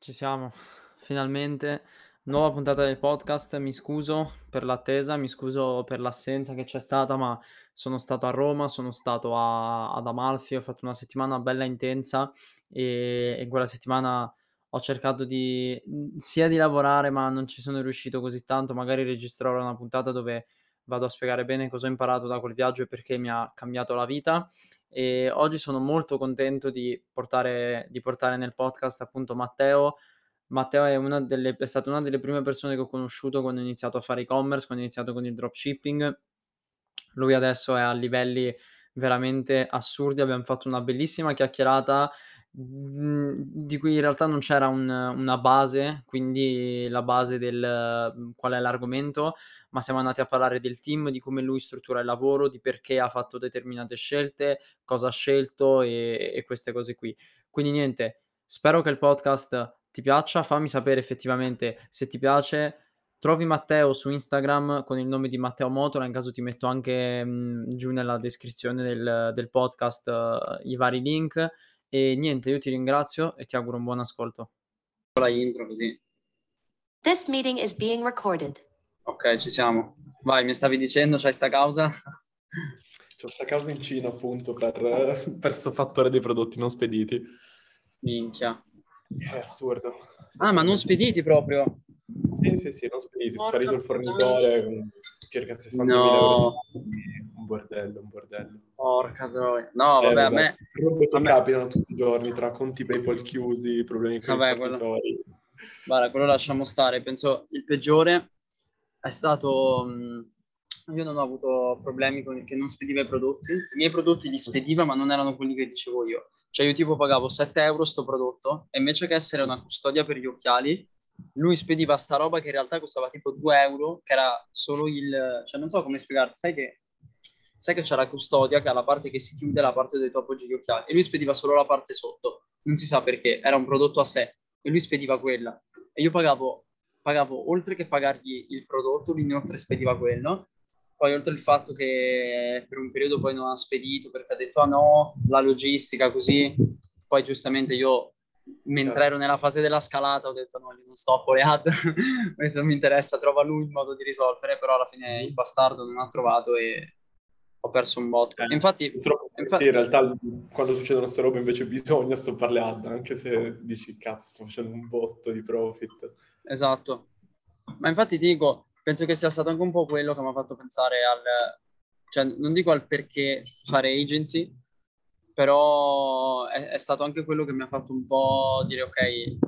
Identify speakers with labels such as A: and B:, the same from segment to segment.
A: Ci siamo, finalmente. Nuova puntata del podcast. Mi scuso per l'attesa, mi scuso per l'assenza che c'è stata, ma sono stato a Roma, sono stato ad Amalfi, ho fatto una settimana bella intensa e in quella settimana ho cercato sia di lavorare, ma non ci sono riuscito così tanto. Magari registrerò una puntata dove vado a spiegare bene cosa ho imparato da quel viaggio e perché mi ha cambiato la vita. E oggi sono molto contento di portare nel podcast appunto Matteo. Matteo è stata una delle prime persone che ho conosciuto quando ho iniziato a fare e-commerce, quando ho iniziato con il dropshipping. Lui adesso è a livelli veramente assurdi, abbiam fatto una bellissima chiacchierata, di cui in realtà non c'era una base, quindi la base qual è l'argomento, ma siamo andati a parlare del team, di come lui struttura il lavoro, di perché ha fatto determinate scelte, cosa ha scelto e queste cose qui. Quindi niente, spero che il podcast ti piaccia, fammi sapere effettivamente se ti piace. Trovi Matteo su Instagram con il nome di Matteo Motola, in caso ti metto anche, giù nella descrizione del podcast, i vari link. E niente, io ti ringrazio e ti auguro un buon ascolto. La intro così.
B: This meeting is being recorded.
A: Ok, ci siamo. Vai, mi stavi dicendo, c'hai sta causa?
C: C'ho sta causa in Cina appunto per sto fattore dei prodotti non spediti.
A: Minchia.
C: È assurdo.
A: Ah, ma non spediti proprio?
C: Sì, non spediti. È
A: Porca
C: sparito il
A: puttana.
C: fornitore con circa 60.000 euro
A: No,
C: di... Un bordello.
A: porca troia. No, vabbè, a
C: Vabbè,
A: me
C: robe che
A: a me
C: capitano tutti i giorni, tra conti PayPal chiusi, problemi con i
A: vabbè, quello
C: fornitori.
A: guarda, quello lasciamo stare. Penso il peggiore è stato, io non ho avuto problemi con che non spediva i prodotti. I miei prodotti li spediva, ma non erano quelli che dicevo io. Cioè io tipo pagavo 7 euro sto prodotto e invece che essere una custodia per gli occhiali, lui spediva sta roba che in realtà costava tipo 2 euro, che era solo cioè non so come spiegarti, sai che c'è la custodia, che ha la parte che si chiude e la parte dove tu appoggi gli occhiali, e lui spediva solo la parte sotto, non si sa perché, era un prodotto a sé, e lui spediva quella. E io pagavo oltre che pagargli il prodotto, lui inoltre spediva quello. Poi oltre il fatto che per un periodo poi non ha spedito perché ha detto ah no, la logistica così, poi giustamente io mentre ero nella fase della scalata ho detto no, io non sto a Polead, ho detto non mi interessa, trova lui il modo di risolvere, però alla fine il bastardo non ha trovato e ho perso un botto. Infatti,
C: Purtroppo in realtà quando succedono queste robe invece bisogna stopparle ad, anche se dici cazzo sto facendo un botto di profit.
A: esatto. Ma infatti ti dico, penso che sia stato anche un po' quello che mi ha fatto pensare cioè non dico al perché fare agency, però è stato anche quello che mi ha fatto un po' dire ok,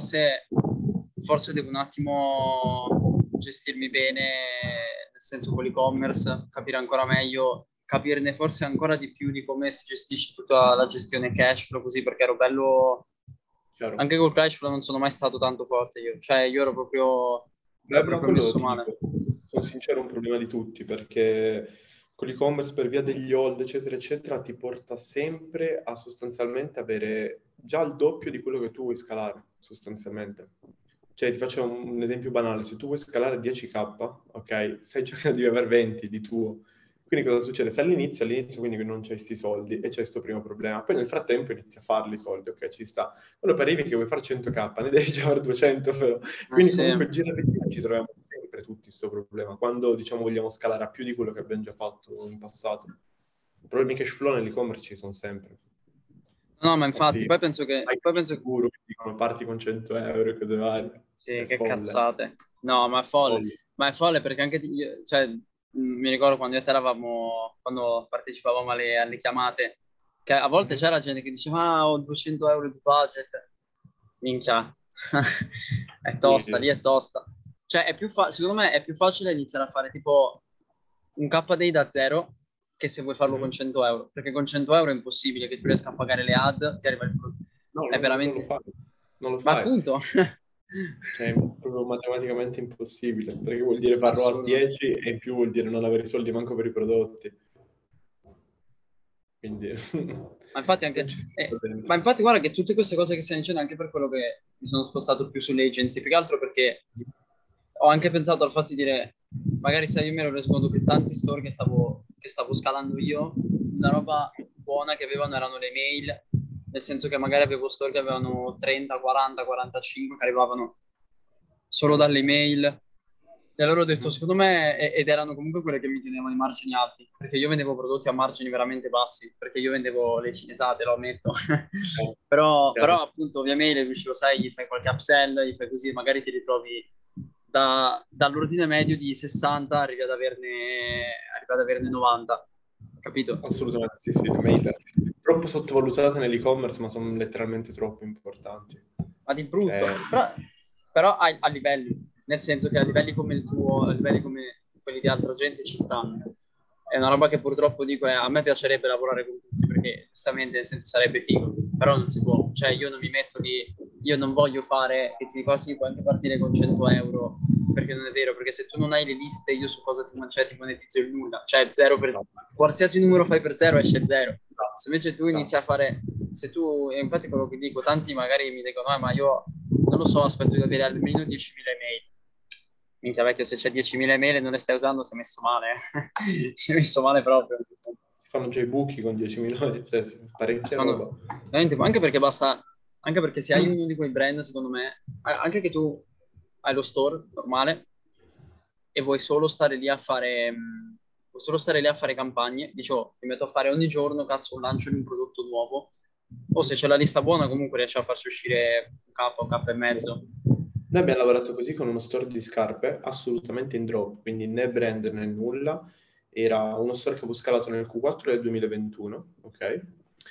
A: forse devo un attimo gestirmi bene, nel senso con l'e-commerce, capire ancora meglio, capirne forse ancora di più di come si gestisce tutta la gestione cash flow, così perché ero bello.
C: Chiaro.
A: Anche col cash flow non sono mai stato tanto forte io, cioè io ero proprio
C: Beh, ma quello
A: messo
C: ti
A: male.
C: dico, sono sincero, è un problema di tutti, perché con l'e-commerce per via degli hold, eccetera, eccetera, ti porta sempre a sostanzialmente avere già il doppio di quello che tu vuoi scalare, sostanzialmente. Cioè, ti faccio un esempio banale, se tu vuoi scalare 10k, ok, sai già che ne devi avere 20 di tuo. Quindi cosa succede? Se all'inizio quindi non c'hai questi soldi e c'è questo primo problema, poi nel frattempo inizi a farli i soldi, ok, ci sta. Quando poi arrivi che vuoi fare 100k, ne devi già avere 200 però. Quindi
A: Sì.
C: comunque gira e gira ci troviamo sempre tutti questo problema, quando diciamo vogliamo scalare a più di quello che abbiamo già fatto in passato. I problemi cash flow nell'e-commerce ci sono sempre.
A: No, ma infatti,
C: Infatti, hai
A: poi penso,
C: sicuro che dicono parti con 100 euro e cose varie.
A: sì,
C: È
A: che
C: folle.
A: cazzate. No,
C: Folle.
A: ma è folle perché anche, cioè, mi ricordo quando io e te eravamo, quando partecipavamo alle chiamate, che a volte
C: Mhm.
A: c'era gente che diceva, ah, ho 200 euro di budget. Minchia, è tosta, lì
C: Sì.
A: è tosta. Cioè, secondo me è più facile iniziare a fare tipo un KDI da zero che se vuoi farlo con
C: Mhm.
A: 100 euro, perché con 100 euro è impossibile che tu riesca a pagare le ad, ti arriva il prodotto.
C: No,
A: È
C: non lo
A: veramente.
C: fai. Non lo
A: Ma
C: fai.
A: appunto,
C: Cioè, è proprio matematicamente impossibile, perché vuol dire fare ROAS
A: assurdo.
C: 10 e in più vuol dire non avere i soldi manco per i prodotti. Quindi
A: Ma infatti
C: non
A: anche,
C: ci sto
A: ma
C: dentro.
A: infatti guarda che tutte queste cose che stai dicendo è anche per quello che mi sono spostato più sulle agency, più che altro perché ho anche pensato al fatto di dire, magari se io mi ero reso conto che tanti store che stavo scalando io, una roba buona che avevano erano le mail, nel senso che magari avevo store che avevano 30, 40, 45 che arrivavano solo dalle email. E allora ho detto, secondo me, ed erano comunque quelle che mi tenevano i margini alti, perché io vendevo prodotti a margini veramente bassi, perché io vendevo le cinesate, lo ammetto. Però appunto via mail riuscivo, sai, gli fai qualche upsell, gli fai così, magari ti ritrovi dall'ordine medio di 60 arrivi ad averne 90, capito?
C: Assolutamente, sì, sì, le mail troppo sottovalutate nell'e-commerce, ma sono letteralmente troppo importanti.
A: Ma di brutto.
C: Cioè,
A: Però a livelli, nel senso che a livelli come il tuo, a livelli come quelli di altra gente ci stanno. È una roba che purtroppo dico, a me piacerebbe lavorare con tutti, perché giustamente nel senso sarebbe figo, però non si può. Cioè io non mi metto lì, io non voglio fare, che ti dico, sì, puoi anche partire con 100 euro, perché non è vero, perché se tu non hai le liste, io su cosa ti monetizzo il nulla. Cioè zero per... Qualsiasi numero fai per zero esce zero. Se invece tu inizi a fare, se tu, e infatti quello che dico, tanti magari mi dicono, ma io non lo so, aspetto di avere almeno 10.000 email. Minchia vecchio, se c'è 10.000 email e non le stai usando, sei messo male. Si è messo male proprio.
C: si fanno già i buchi con 10 milioni, cioè parecchia roba.
A: Veramente, anche perché basta, anche perché se hai uno di quei brand, secondo me, anche che tu hai lo store normale e vuoi solo stare lì a fare, campagne, dicevo, mi metto a fare ogni giorno, cazzo, un lancio di un prodotto nuovo, o se c'è la lista buona comunque riesci a farci uscire un K e mezzo.
C: Noi abbiamo lavorato così con uno store di scarpe assolutamente in drop, quindi né brand né nulla. Era uno store che avevo scalato nel Q4 del 2021, ok?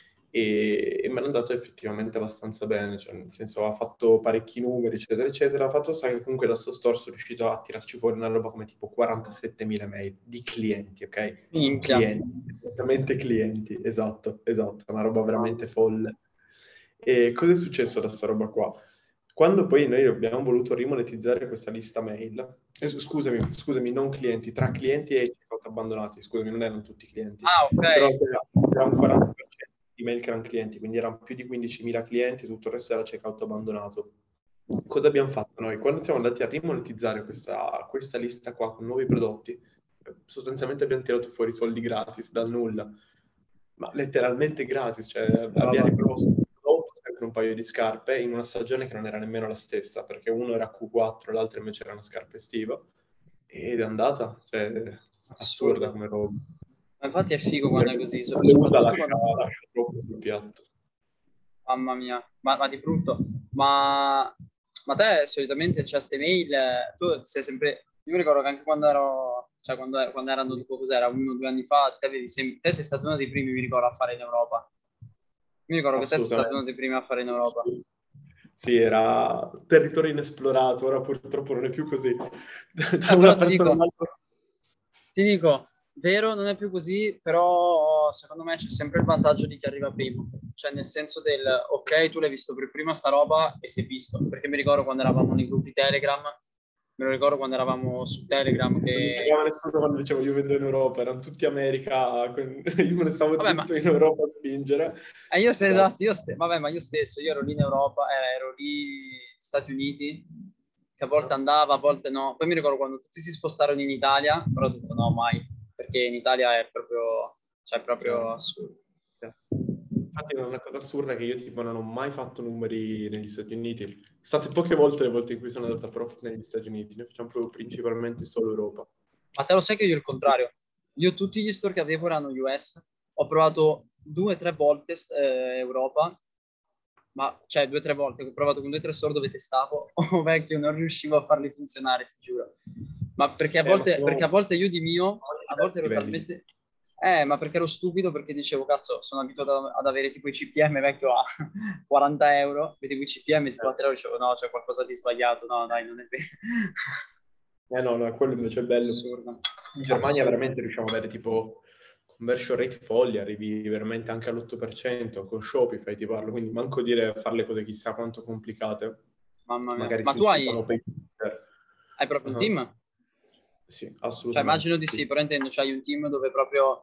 C: E mi hanno andato effettivamente abbastanza bene, cioè nel senso ha fatto parecchi numeri, eccetera, eccetera. Ha fatto sta che comunque da sto store sono riuscito a tirarci fuori una roba come tipo 47.000 mail di clienti, ok?
A: Minchia.
C: Clienti, esattamente clienti, esatto, una roba veramente folle. E cosa è successo da sta roba qua? Quando poi noi abbiamo voluto rimonetizzare questa lista mail, scusami, non clienti, tra clienti e checkout abbandonati, scusami, non erano tutti clienti,
A: Ah, ok.
C: però era un 40% di mail che erano clienti, quindi erano più di 15.000 clienti, tutto il resto era checkout abbandonato. Cosa abbiamo fatto noi? Quando siamo andati a rimonetizzare questa lista qua con nuovi prodotti, sostanzialmente abbiamo tirato fuori soldi gratis dal nulla, ma letteralmente gratis, cioè abbiamo riproposto un prodotto, sempre un paio di scarpe, in una stagione che non era nemmeno la stessa, perché uno era Q4, l'altro invece era una scarpa estiva, ed è andata, cioè assurda come roba.
A: Ma infatti è figo quando è così,
C: Le
A: soprattutto
C: lascia
A: quando...
C: troppo sul piatto.
A: Mamma mia, ma di brutto. Ma te solitamente c'è ste mail, tu sei sempre... Io mi ricordo che anche quando ero, cioè quando erano tipo cos'era, 1 o 2 anni fa, te sei stato uno dei primi, mi ricordo, a fare in Europa. Mi ricordo che te sei stato uno dei primi a fare in Europa.
C: Sì, era territorio inesplorato, ora purtroppo non è più così.
A: Però ti dico, vero, non è più così, però secondo me c'è sempre il vantaggio di chi arriva prima. Cioè nel senso del, ok, tu l'hai visto per prima sta roba e si è visto. Perché mi ricordo quando eravamo nei gruppi Telegram, me lo ricordo quando eravamo su Telegram
C: Non mi
A: che...
C: fregava nessuno quando dicevo io vendo in Europa, erano tutti America, io me ne stavo
A: Vabbè,
C: zitto in Europa a spingere.
A: esatto, vabbè, ma io stesso, io ero lì in Europa, ero lì negli Stati Uniti, che a volte andava, a volte no. Poi mi ricordo quando tutti si spostarono in Italia, però ho detto no, mai, perché in Italia è proprio, cioè, proprio assurdo.
C: Infatti è una cosa assurda che io tipo non ho mai fatto numeri negli Stati Uniti. Sono state poche volte le volte in cui sono andato a profit negli Stati Uniti, noi facciamo proprio principalmente solo Europa.
A: Ma te lo sai che io il contrario. Io tutti gli store che avevo erano US, ho provato 2 o 3 volte Europa, ma cioè 2 o 3 volte, ho provato con 2 o 3 store dove testavo, oh vecchio, non riuscivo a farli funzionare, ti giuro. Ma perché a volte io di mio, a volte ero talmente... ma perché ero stupido, perché dicevo, cazzo, sono abituato ad avere tipo i CPM vecchio a 40 euro, vedevo i CPM tipo a 3 euro, dicevo, no, c'è qualcosa di sbagliato, no, dai, non è vero.
C: No, quello invece è bello.
A: Assurdo.
C: In Germania veramente riusciamo ad avere tipo conversion rate folli, arrivi veramente anche all'8%, con Shopify ti parlo, quindi manco dire fare le cose chissà quanto complicate.
A: Mamma mia.
C: Magari
A: Ma
C: si
A: tu
C: usano
A: hai proprio un team?
C: Sì,
A: Cioè
C: assolutamente.
A: immagino di sì, però intendo, c'hai un team dove proprio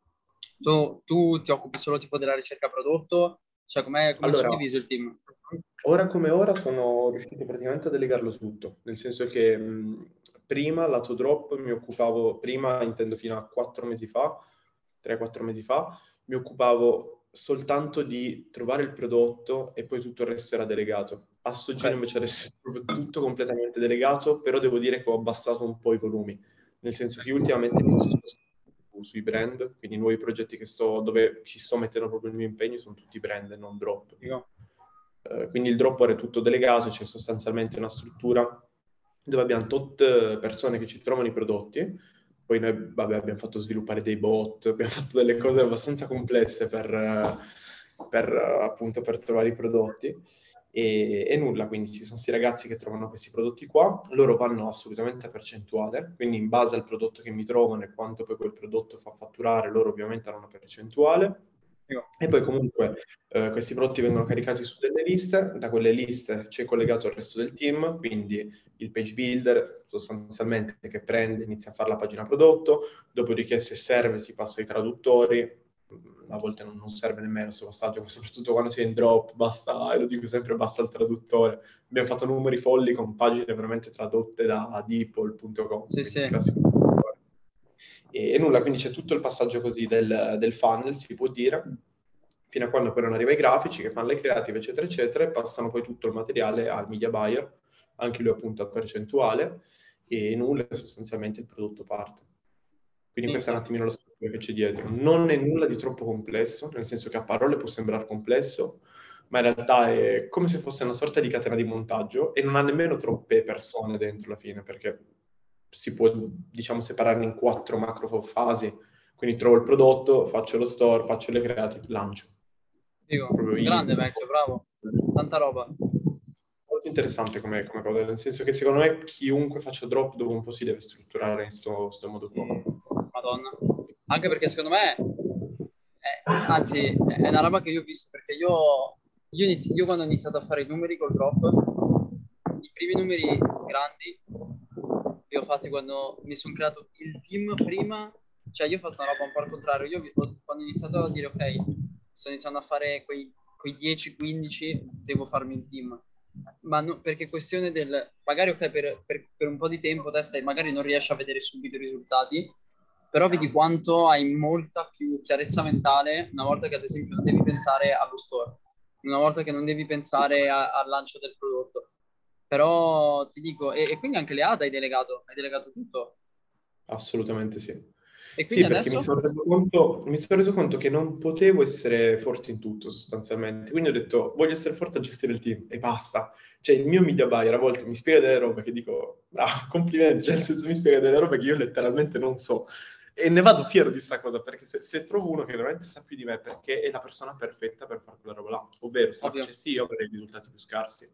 A: tu ti occupi solo tipo della ricerca prodotto, cioè com'è
C: Allora,
A: suddiviso il team?
C: ora come ora sono riuscito praticamente a delegarlo tutto, nel senso che prima lato drop mi occupavo, prima intendo fino a 4 mesi fa, 3-4 mesi fa, mi occupavo soltanto di trovare il prodotto e poi tutto il resto era delegato. A sto giro invece adesso è proprio tutto completamente delegato, però devo dire che ho abbassato un po' i volumi, nel senso che ultimamente mi sto spostando sui brand, quindi i nuovi progetti dove ci sto mettendo proprio il mio impegno sono tutti brand e non drop. Quindi il drop ora è tutto delegato, c'è sostanzialmente una struttura dove abbiamo tot persone che ci trovano i prodotti, poi noi abbiamo fatto sviluppare dei bot, abbiamo fatto delle cose abbastanza complesse appunto per trovare i prodotti e nulla, quindi ci sono questi ragazzi che trovano questi prodotti qua, loro vanno assolutamente a percentuale, quindi in base al prodotto che mi trovano e quanto poi quel prodotto fa fatturare, loro ovviamente hanno una percentuale. E poi comunque questi prodotti vengono caricati su delle liste, da quelle liste c'è collegato il resto del team, quindi il page builder sostanzialmente che prende, inizia a fare la pagina prodotto, dopodiché se serve si passa ai traduttori, a volte non serve nemmeno questo passaggio, soprattutto quando si è in drop, basta, e lo dico sempre, basta il traduttore. Abbiamo fatto numeri folli con pagine veramente tradotte da deepol.com,
A: Sì.
C: E nulla, quindi c'è tutto il passaggio così del funnel, si può dire, fino a quando poi non arriva ai grafici che fanno le creative, eccetera, eccetera, e passano poi tutto il materiale al media buyer, anche lui appunto a percentuale, e nulla, sostanzialmente il prodotto parte. Quindi questa è un attimino la struttura che c'è dietro. Non è nulla di troppo complesso, nel senso che a parole può sembrare complesso, ma in realtà è come se fosse una sorta di catena di montaggio e non ha nemmeno troppe persone dentro alla fine, perché si può, diciamo, separarne in 4 macro fasi. Quindi trovo il prodotto, faccio lo store, faccio le creative, lancio.
A: Figo.
C: Proprio
A: Grande,
C: easy.
A: vecchio, bravo. Tanta roba.
C: Molto interessante come cosa, nel senso che secondo me chiunque faccia drop dopo un po' si deve strutturare in sto modo qua.
A: Madonna. Anche perché secondo me, anzi, è una roba che io ho visto, perché io quando ho iniziato a fare i numeri col drop, i primi numeri grandi li ho fatti quando mi sono creato il team prima, cioè io ho fatto una roba un po' al contrario, quando ho iniziato a dire ok, sto iniziando a fare quei 10-15, devo farmi il team. Ma perché è questione del magari ok per un po' di tempo testa e magari non riesci a vedere subito i risultati, però vedi quanto hai molta più chiarezza mentale una volta che ad esempio non devi pensare allo store, una volta che non devi pensare al lancio del prodotto. Però ti dico, e quindi anche le AD hai delegato tutto.
C: Assolutamente sì.
A: E quindi
C: Sì, perché
A: adesso?
C: mi sono reso conto che non potevo essere forte in tutto sostanzialmente, quindi ho detto voglio essere forte a gestire il team e basta. Cioè il mio media buyer a volte mi spiega delle robe che dico, bravo, complimenti, cioè nel senso mi spiega delle robe che io letteralmente non so. E ne vado fiero di questa cosa, perché se trovo uno che veramente sa più di me, perché è la persona perfetta per fare quella roba là, ovvero se la
A: Ovvio.
C: facessi io avrei risultati più scarsi.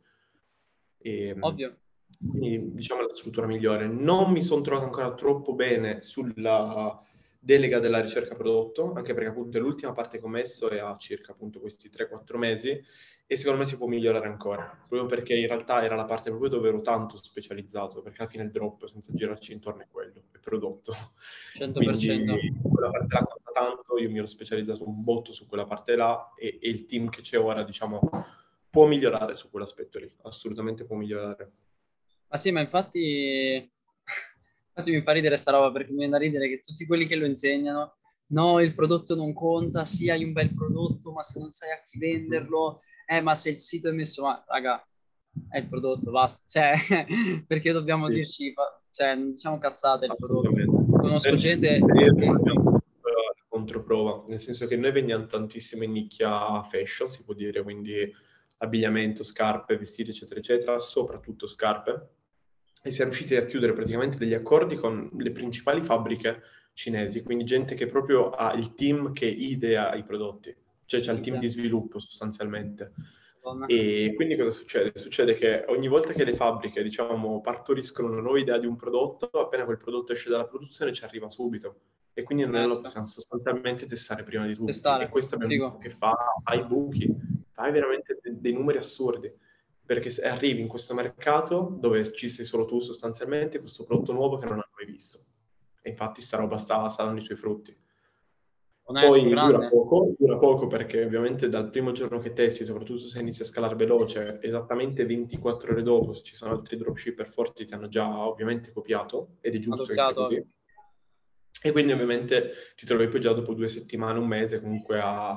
A: Ovvio.
C: Quindi diciamo la struttura migliore. Non mi sono trovato ancora troppo bene sulla delega della ricerca prodotto, anche perché appunto è l'ultima parte che ho messo è a circa appunto questi 3-4 mesi e secondo me si può migliorare ancora, proprio perché in realtà era la parte proprio dove ero tanto specializzato, perché alla fine il drop, senza girarci intorno, è quello, è prodotto.
A: 100%.
C: Quindi quella parte là conta tanto, io mi ero specializzato un botto su quella parte là e il team che c'è ora, diciamo, può migliorare su quell'aspetto lì, assolutamente può migliorare.
A: Ma sì, ma infatti mi fa ridere sta roba perché mi viene da ridere che tutti quelli che lo insegnano, no, il prodotto non conta, sì, hai un bel prodotto, ma se non sai a chi venderlo, ma se il sito è messo, ma raga, è il prodotto, basta, cioè, perché dobbiamo
C: Sì.
A: dirci, cioè, non diciamo cazzate il prodotto.
C: Assolutamente.
A: Conosco gente che...
C: La controprova, nel senso che noi vendiamo tantissimo in nicchia fashion, si può dire, quindi abbigliamento, scarpe, vestiti, eccetera, eccetera, soprattutto scarpe, e si è riusciti a chiudere praticamente degli accordi con le principali fabbriche cinesi, quindi gente che proprio ha il team che idea i prodotti, cioè c'è il team di sviluppo sostanzialmente. E quindi cosa succede? Succede che ogni volta che le fabbriche, diciamo, partoriscono una nuova idea di un prodotto, appena quel prodotto esce dalla produzione ci arriva subito. E quindi noi lo possiamo sostanzialmente testare prima di tutti.
A: Testare.
C: E questo abbiamo
A: Figo.
C: visto che fa i buchi, fai veramente dei numeri assurdi. Perché se arrivi in questo mercato dove ci sei solo tu sostanzialmente, questo prodotto nuovo che non hanno mai visto. E infatti sta roba sta dando i suoi frutti.
A: Onesto,
C: Poi
A: grande.
C: dura poco perché ovviamente dal primo giorno che testi, soprattutto se inizi a scalare veloce, esattamente 24 ore dopo, se ci sono altri dropshipper forti ti hanno già ovviamente copiato, ed è giusto che sia così. E quindi ovviamente ti trovi poi già dopo 2 settimane, un mese comunque a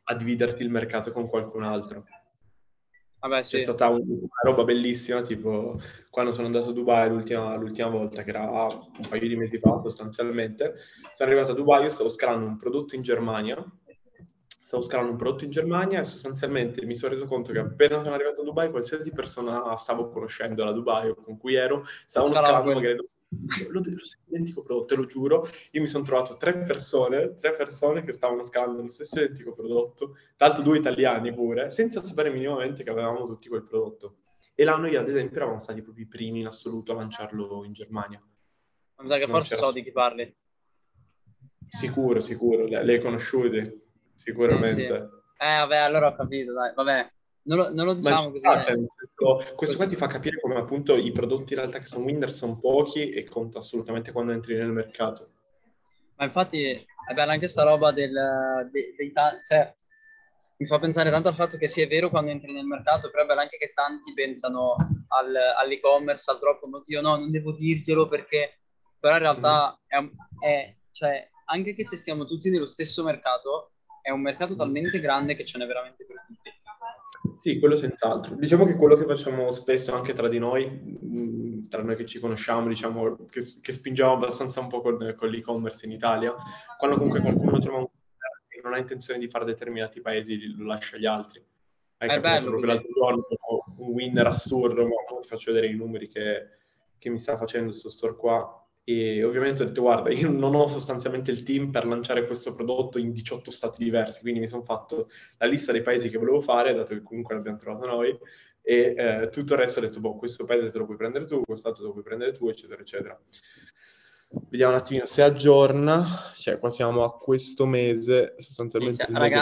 C: a dividerti il mercato con qualcun altro.
A: Vabbè,
C: C'è
A: sì.
C: stata una roba bellissima, tipo quando sono andato a Dubai l'ultima volta, che era un paio di mesi fa sostanzialmente. Sono arrivato a Dubai, io stavo scalando un prodotto in Germania e sostanzialmente mi sono reso conto che appena sono arrivato a Dubai, qualsiasi persona stavo conoscendo da Dubai o con cui ero, stavano
A: Scalava
C: scalando
A: quello.
C: magari lo stesso identico prodotto, te lo giuro. Io mi sono trovato tre persone che stavano scalando lo stesso identico prodotto, tra l'altro 2 italiani pure, senza sapere minimamente che avevamo tutti quel prodotto. E là noi, ad esempio, eravamo stati proprio i primi in assoluto a lanciarlo in Germania.
A: Mi sa che
C: Non
A: forse
C: c'era
A: so di chi parli.
C: Sicuro, le hai conosciute?
A: Sì.
C: Sicuramente.
A: Vabbè, allora ho capito, dai. Vabbè, non lo
C: Ma
A: diciamo
C: ci
A: così.
C: sta, cioè, nel senso, questo qua
A: Così.
C: ti fa capire come appunto i prodotti in realtà che sono winner sono pochi e conta assolutamente quando entri nel mercato.
A: Ma infatti è bella anche sta roba cioè, mi fa pensare tanto al fatto che sì, è vero quando entri nel mercato, però è bello anche che tanti pensano all'e-commerce, al drop, oddio no, non devo dirglielo perché, però in
C: Mhm.
A: realtà cioè, anche che testiamo tutti nello stesso mercato, è un mercato talmente grande che ce n'è veramente per tutti.
C: Sì, quello senz'altro. Diciamo che quello che facciamo spesso anche tra di noi, tra noi che ci conosciamo, diciamo che spingiamo abbastanza un po' con l'e-commerce in Italia, quando comunque qualcuno trova un e non ha intenzione di fare determinati paesi, lo lascia agli altri. Hai
A: È
C: capito?
A: bello
C: Proprio
A: così.
C: l'altro giorno ho un winner assurdo, ma ti faccio vedere i numeri che mi sta facendo questo store qua. E ovviamente ho detto, guarda, io non ho sostanzialmente il team per lanciare questo prodotto in 18 stati diversi, quindi mi sono fatto la lista dei paesi che volevo fare, dato che comunque l'abbiamo trovato noi, e tutto il resto ho detto, boh, questo paese te lo puoi prendere tu, quest'altro te lo puoi prendere tu, eccetera, eccetera. Vediamo un attimino se aggiorna, cioè qua siamo a questo mese, sostanzialmente
A: Minchia,
C: il mese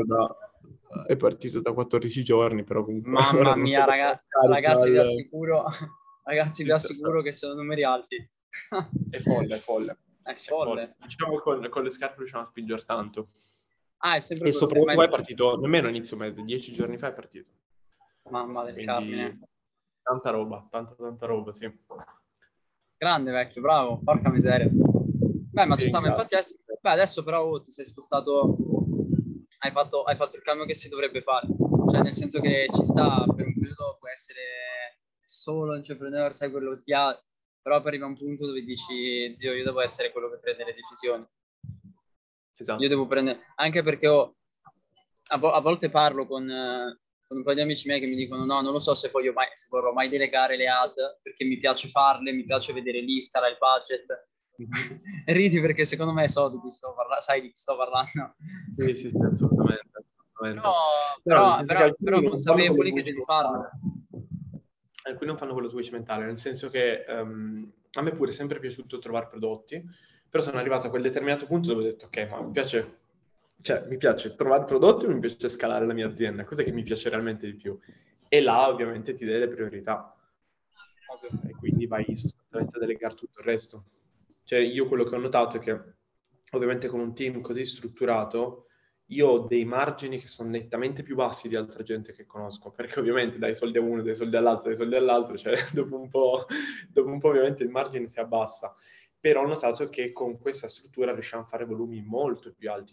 C: è partito da 14 giorni, però comunque ora
A: mamma
C: non so
A: mia,
C: perché carica
A: ragazzi, vi
C: il...
A: assicuro, ragazzi, vi
C: Sì,
A: assicuro che sono numeri alti.
C: è folle, è folle.
A: È
C: È folle.
A: folle.
C: Diciamo che con le scarpe riusciamo a spingere tanto.
A: Ah, è sempre
C: E
A: quello.
C: soprattutto qua è partito, nemmeno inizio mese, 10 giorni fa è partito.
A: Mamma del
C: Quindi
A: Carmine.
C: tanta roba, tanta roba, sì.
A: Grande vecchio, bravo, porca miseria. Beh, ma
C: Ti
A: ci sta, ma infatti
C: ringrazio.
A: adesso però ti sei spostato, hai fatto il cambio che si dovrebbe fare. Cioè, nel senso che ci sta, per un periodo può essere solo entrepreneur, sai quello che ti ha, però poi arriva un punto dove dici, zio, io devo essere quello che prende le decisioni. Io
C: Esatto.
A: devo prendere, anche perché a volte parlo con un po' di amici miei che mi dicono no, non lo so se se vorrò mai delegare le ad perché mi piace farle, mi piace vedere l'Iscara, il budget.
C: Mhm.
A: E ridi perché secondo me so di chi sto parlando, sai di chi sto parlando.
C: Sì, assolutamente,
A: Però,
C: assolutamente. No, nel
A: però,
C: senso che
A: però,
C: alcuni
A: però
C: non fanno quello
A: consapevoli che
C: switch
A: devi farlo.
C: mentale. Alcuni non fanno quello switch mentale, nel senso che a me pure è sempre piaciuto trovare prodotti, però sono arrivato a quel determinato punto dove ho detto, ok, ma mi piace trovare prodotti o mi piace scalare la mia azienda? Cos'è che mi piace realmente di più? E là ovviamente ti dai le priorità.
A: Ovvio.
C: E quindi vai sostanzialmente a delegare tutto il resto. Cioè, io quello che ho notato è che ovviamente con un team così strutturato io ho dei margini che sono nettamente più bassi di altra gente che conosco, perché ovviamente dai soldi a uno, dai soldi all'altro, dai soldi all'altro, cioè dopo un po' ovviamente il margine si abbassa. Però ho notato che con questa struttura riusciamo a fare volumi molto più alti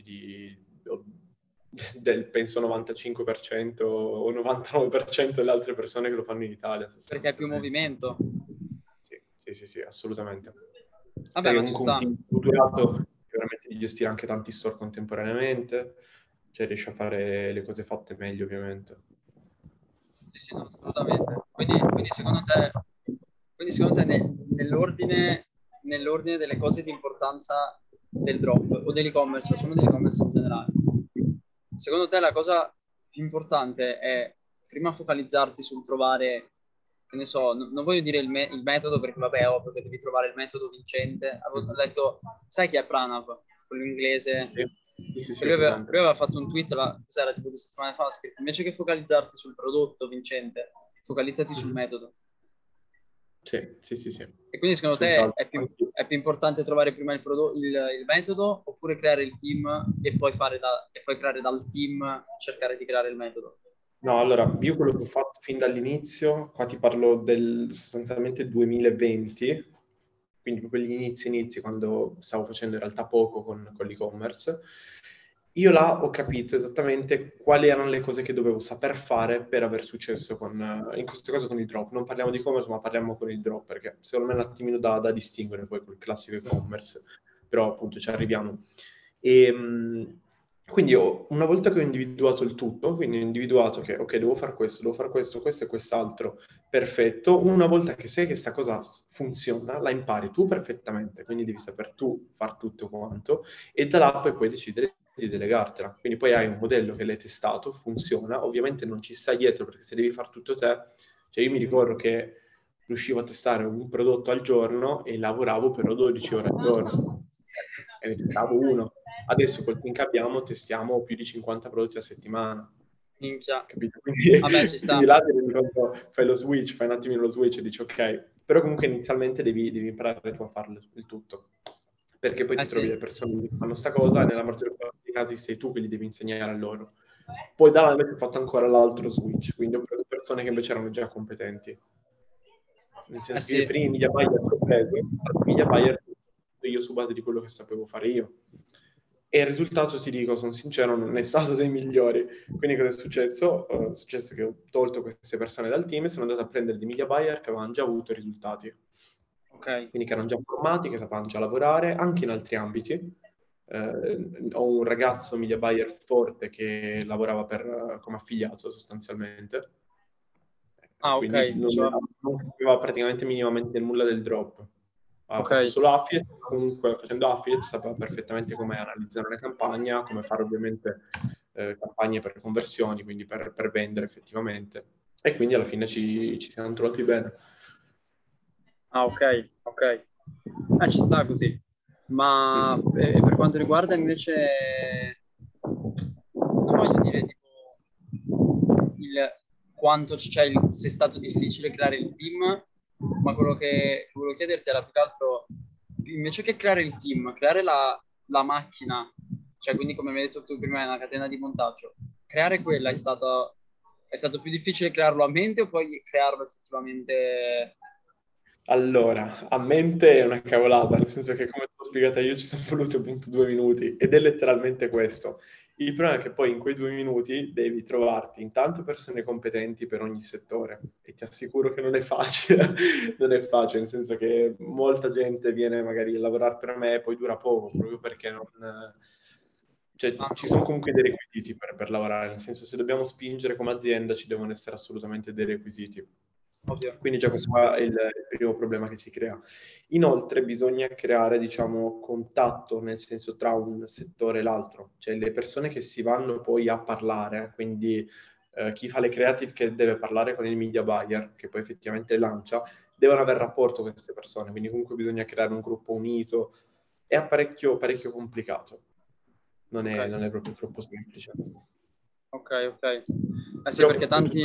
C: del penso 95% o 99% delle altre persone che lo fanno in Italia,
A: Perché hai più
C: sostanzialmente.
A: movimento.
C: Sì, assolutamente.
A: Vabbè,
C: Perché
A: ma ci
C: comunque un
A: sta.
C: team strutturato permette di gestire anche tanti store contemporaneamente, cioè riesce a fare le cose fatte meglio, ovviamente.
A: Sì, sì, no, assolutamente. Quindi secondo te nell'ordine delle cose di importanza del drop o dell'e-commerce, facciamo dell'e-commerce in generale, secondo te la cosa più importante è prima focalizzarti sul trovare, che ne so, non voglio dire il metodo perché vabbè è ovvio che devi trovare il metodo vincente. Avevo letto, sai chi è Pranav, quello inglese?
C: Sì,
A: E
C: ho
A: lui
C: presente.
A: aveva fatto un tweet, cos'era, tipo 2 settimane fa, ha scritto, invece che focalizzarti sul prodotto vincente, focalizzati sul
C: Mhm.
A: metodo.
C: Sì.
A: E quindi secondo te
C: Senz'altro.
A: è più importante trovare prima il metodo oppure creare il team e poi, e poi creare dal team, cercare di creare il metodo?
C: No, allora, io quello che ho fatto fin dall'inizio, qua ti parlo del sostanzialmente 2020, quindi proprio gli inizi, quando stavo facendo in realtà poco con l'e-commerce, io là ho capito esattamente quali erano le cose che dovevo saper fare per aver successo in questo caso con il drop. Non parliamo di e-commerce, ma parliamo con il drop, perché secondo me è un attimino da distinguere poi col classico e-commerce, però appunto ci arriviamo. Quindi una volta che ho individuato il tutto, quindi ho individuato che ok, devo fare questo, questo e quest'altro, perfetto. Una volta che sai che sta cosa funziona, la impari tu perfettamente, quindi devi saper tu far tutto quanto, e da là puoi decidere di delegartela. Quindi poi hai un modello che l'hai testato, funziona, ovviamente non ci stai dietro perché se devi fare tutto te, cioè io mi ricordo che riuscivo a testare un prodotto al giorno e lavoravo per 12 ore al giorno e ne testavo uno. Adesso col team che abbiamo testiamo più di 50 prodotti a settimana.
A: Minchia.
C: Capito? Quindi,
A: Vabbè, ci sta.
C: quindi là fai lo switch, fai un attimino lo switch e dici ok, però comunque inizialmente devi imparare tu a farlo il tutto, perché poi ti trovi le persone che fanno sta cosa e nella maggior parte dei casi sei tu che li devi insegnare a loro. Poi da là invece ho fatto ancora l'altro switch, quindi ho preso persone che invece erano già competenti. Nel senso che i primi media buyer che ho preso, media buyer io su base di quello che sapevo fare io. E il risultato, ti dico, sono sincero, non è stato dei migliori. Quindi cosa è successo? È successo che ho tolto queste persone dal team e sono andato a prendere dei media buyer che avevano già avuto risultati.
A: Ok.
C: Quindi che erano già formati, che sapevano già lavorare, anche in altri ambiti. Ho un ragazzo media buyer forte che lavorava come affiliato sostanzialmente.
A: Ah, ok.
C: Quindi non sapeva praticamente minimamente nulla del drop. Ha
A: Ok.
C: fatto solo affiliate, comunque facendo affiliate sapeva perfettamente come analizzare una campagna, come fare ovviamente campagne per conversioni, quindi per vendere effettivamente. E quindi alla fine ci siamo trovati bene.
A: Ah, ok, ok. Ci sta così. Ma per quanto riguarda invece, non voglio dire tipo quanto se è stato difficile creare il team, ma quello che volevo chiederti era più che altro, invece che creare il team, creare la macchina, cioè quindi come mi hai detto tu prima è una catena di montaggio, creare quella è stato più difficile crearlo a mente o poi crearlo effettivamente?
C: Allora, a mente è una cavolata, nel senso che come ti ho spiegato io ci sono voluti appunto 2 minuti ed è letteralmente questo. Il problema è che poi in quei 2 minuti devi trovarti intanto persone competenti per ogni settore e ti assicuro che non è facile, non è facile, nel senso che molta gente viene magari a lavorare per me e poi dura poco, proprio perché non... Cioè, ci sono comunque dei requisiti per lavorare, nel senso se dobbiamo spingere come azienda ci devono essere assolutamente dei requisiti.
A: Ovvio.
C: Quindi già questo qua è il primo problema che si crea. Inoltre bisogna creare, diciamo, contatto, nel senso tra un settore e l'altro, cioè le persone che si vanno poi a parlare, quindi chi fa le creative che deve parlare con il media buyer, che poi effettivamente lancia, devono avere rapporto con queste persone, quindi comunque bisogna creare un gruppo unito, è parecchio complicato, non è proprio troppo semplice.
A: Ok, ok. Sì,
C: Però
A: perché
C: comunque
A: tanti...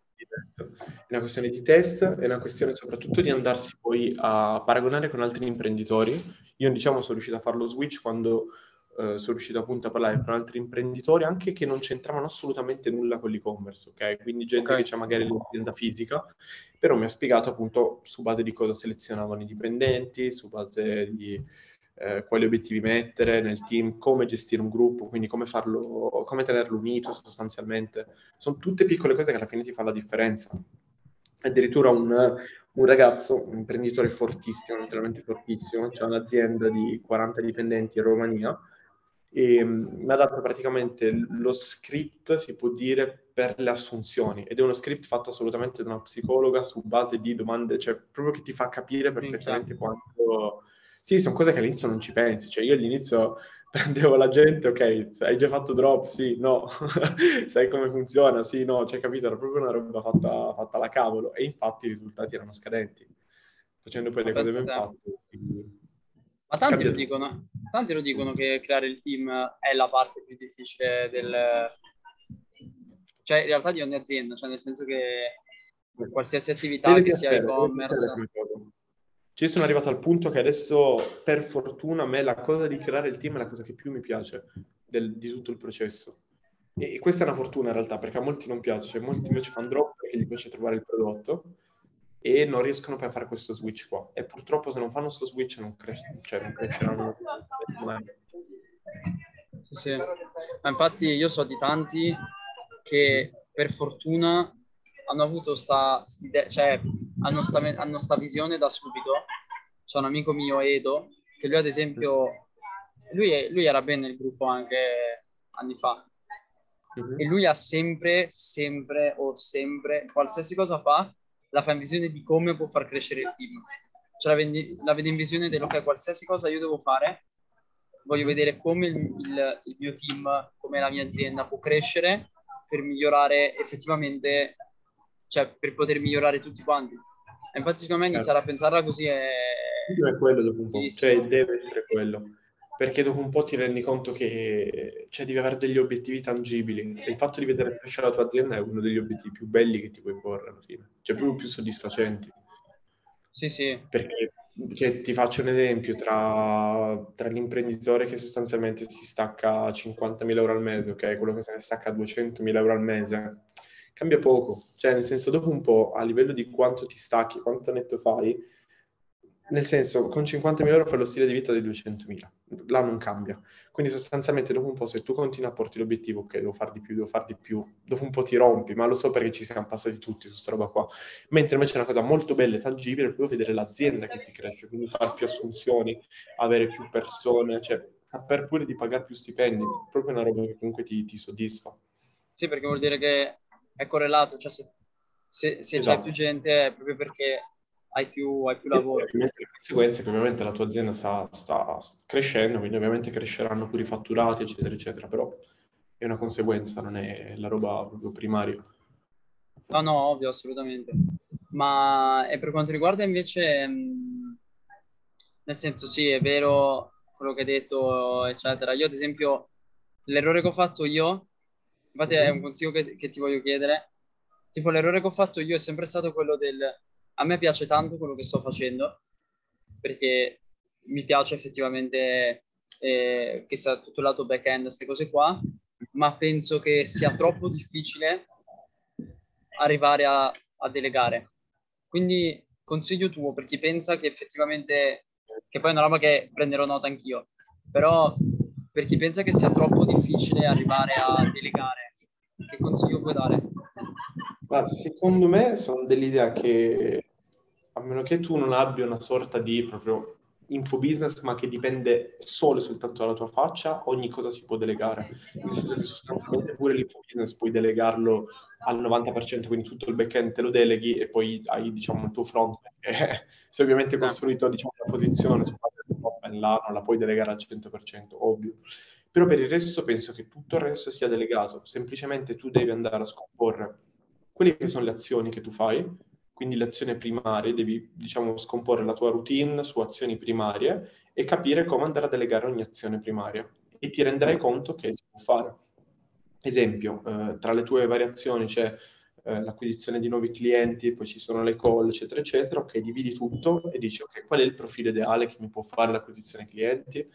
C: è una questione di test, è una questione soprattutto di andarsi poi a paragonare con altri imprenditori. Io diciamo sono riuscito a fare lo switch quando sono riuscito appunto a parlare con altri imprenditori anche che non c'entravano assolutamente nulla con l'e-commerce, ok? Quindi gente che c'ha magari l'azienda fisica, però mi ha spiegato appunto su base di cosa selezionavano i dipendenti, su base di quali obiettivi mettere nel team, come gestire un gruppo, quindi come farlo, come tenerlo unito sostanzialmente. Sono tutte piccole cose che alla fine ti fanno la differenza. Addirittura un ragazzo, un imprenditore fortissimo, letteralmente fortissimo, c'è un'azienda di 40 dipendenti in Romania e mi ha dato praticamente lo script, si può dire, per le assunzioni ed è uno script fatto assolutamente da una psicologa su base di domande, cioè proprio che ti fa capire perfettamente quanto... Sì, sono cose che all'inizio non ci pensi, cioè io all'inizio prendevo la gente, ok, hai già fatto drop? Sì, no. Sai come funziona? Sì, no, cioè capito, era proprio una roba fatta alla cavolo e infatti i risultati erano scadenti. Facendo poi
A: Ma
C: le cose
A: pensa
C: ben
A: te.
C: fatte,
A: Ma
C: cambia tutto.
A: tanti lo dicono che creare il team è la parte più difficile cioè in realtà di ogni azienda, cioè nel senso che qualsiasi attività che sia
C: Deve piacere
A: e-commerce.
C: come cosa. Ci sono arrivato al punto che adesso, per fortuna, a me la cosa di creare il team è la cosa che più mi piace di tutto il processo. E questa è una fortuna in realtà, perché a molti non piace, cioè, molti invece fanno drop perché gli piace trovare il prodotto e non riescono poi a fare questo switch qua. E purtroppo se non fanno questo switch non cresceranno mai.
A: Sì, sì. Ma infatti io so di tanti che per fortuna hanno avuto cioè hanno sta visione da subito. C'è un amico mio, Edo, che lui ad esempio, lui era bene nel gruppo anche anni fa, e lui ha sempre, qualsiasi cosa la fa in visione di come può far crescere il team. Cioè la vede in visione del, ok, qualsiasi cosa io devo fare, voglio vedere come il mio team, come la mia azienda può crescere per migliorare effettivamente, cioè per poter migliorare tutti quanti. E infatti secondo me
C: Certo.
A: iniziare a pensarla così è
C: È quello dopo un po', cioè
A: utilissimo.
C: deve essere quello, perché dopo un po' ti rendi conto che cioè, devi avere degli obiettivi tangibili e il fatto di vedere crescere la tua azienda è uno degli obiettivi più belli che ti puoi porre alla fine, cioè più soddisfacenti.
A: Sì, sì,
C: Perché cioè, ti faccio un esempio tra l'imprenditore che sostanzialmente si stacca 50.000 euro al mese, ok? Quello che se ne stacca 200.000 euro al mese, cambia poco. Cioè, nel senso, dopo un po', a livello di quanto ti stacchi, quanto netto fai, nel senso, con 50.000 euro fai lo stile di vita dei 200.000. Là non cambia. Quindi sostanzialmente dopo un po', se tu continui a porti l'obiettivo, ok, devo far di più, devo far di più, dopo un po' ti rompi, ma lo so perché ci siamo passati tutti su sta roba qua. Mentre invece è una cosa molto bella e tangibile, è proprio vedere l'azienda che ti cresce, quindi fare più assunzioni, avere più persone, cioè saper pure di pagare più stipendi, proprio una roba che comunque ti soddisfa.
A: sì, perché vuol dire che è correlato, cioè se c'hai più
C: Esatto.
A: gente è proprio perché hai più
C: E poi
A: lavoro.
C: ovviamente le conseguenze che ovviamente la tua azienda sta crescendo, quindi ovviamente cresceranno pure i fatturati, eccetera, eccetera, però è una conseguenza, non è la roba proprio primaria.
A: No, no, ovvio, assolutamente. Ma e per quanto riguarda invece, nel senso, sì, è vero quello che hai detto, eccetera. Io, ad esempio, l'errore che ho fatto io, infatti è un
C: Mhm.
A: consiglio che ti voglio chiedere, tipo l'errore che ho fatto io è sempre stato quello del, a me piace tanto quello che sto facendo, perché mi piace effettivamente che sia tutto il lato back-end, queste cose qua, ma penso che sia troppo difficile arrivare a delegare. Quindi consiglio tuo per chi pensa che effettivamente, che poi è una roba che prenderò nota anch'io, però per chi pensa che sia troppo difficile arrivare a delegare, che consiglio puoi dare?
C: Ma secondo me sono dell'idea che, a meno che tu non abbia una sorta di proprio infobusiness, ma che dipende solo e soltanto dalla tua faccia, ogni cosa si può delegare. Nel senso che sostanzialmente pure l'infobusiness puoi delegarlo al 90%, quindi tutto il back-end te lo deleghi e poi hai, diciamo, il tuo front. Se ovviamente hai costruito, diciamo, una posizione su là, non la puoi delegare al 100%, ovvio. Però per il resto penso che tutto il resto sia delegato, semplicemente tu devi andare a scomporre quelle che sono le azioni che tu fai, quindi le azioni primarie, devi, diciamo, scomporre la tua routine su azioni primarie e capire come andare a delegare ogni azione primaria e ti renderai conto che si può fare. Esempio, tra le tue variazioni c'è l'acquisizione di nuovi clienti, poi ci sono le call, eccetera, eccetera. Ok, dividi tutto e dici, ok, qual è il profilo ideale che mi può fare l'acquisizione clienti?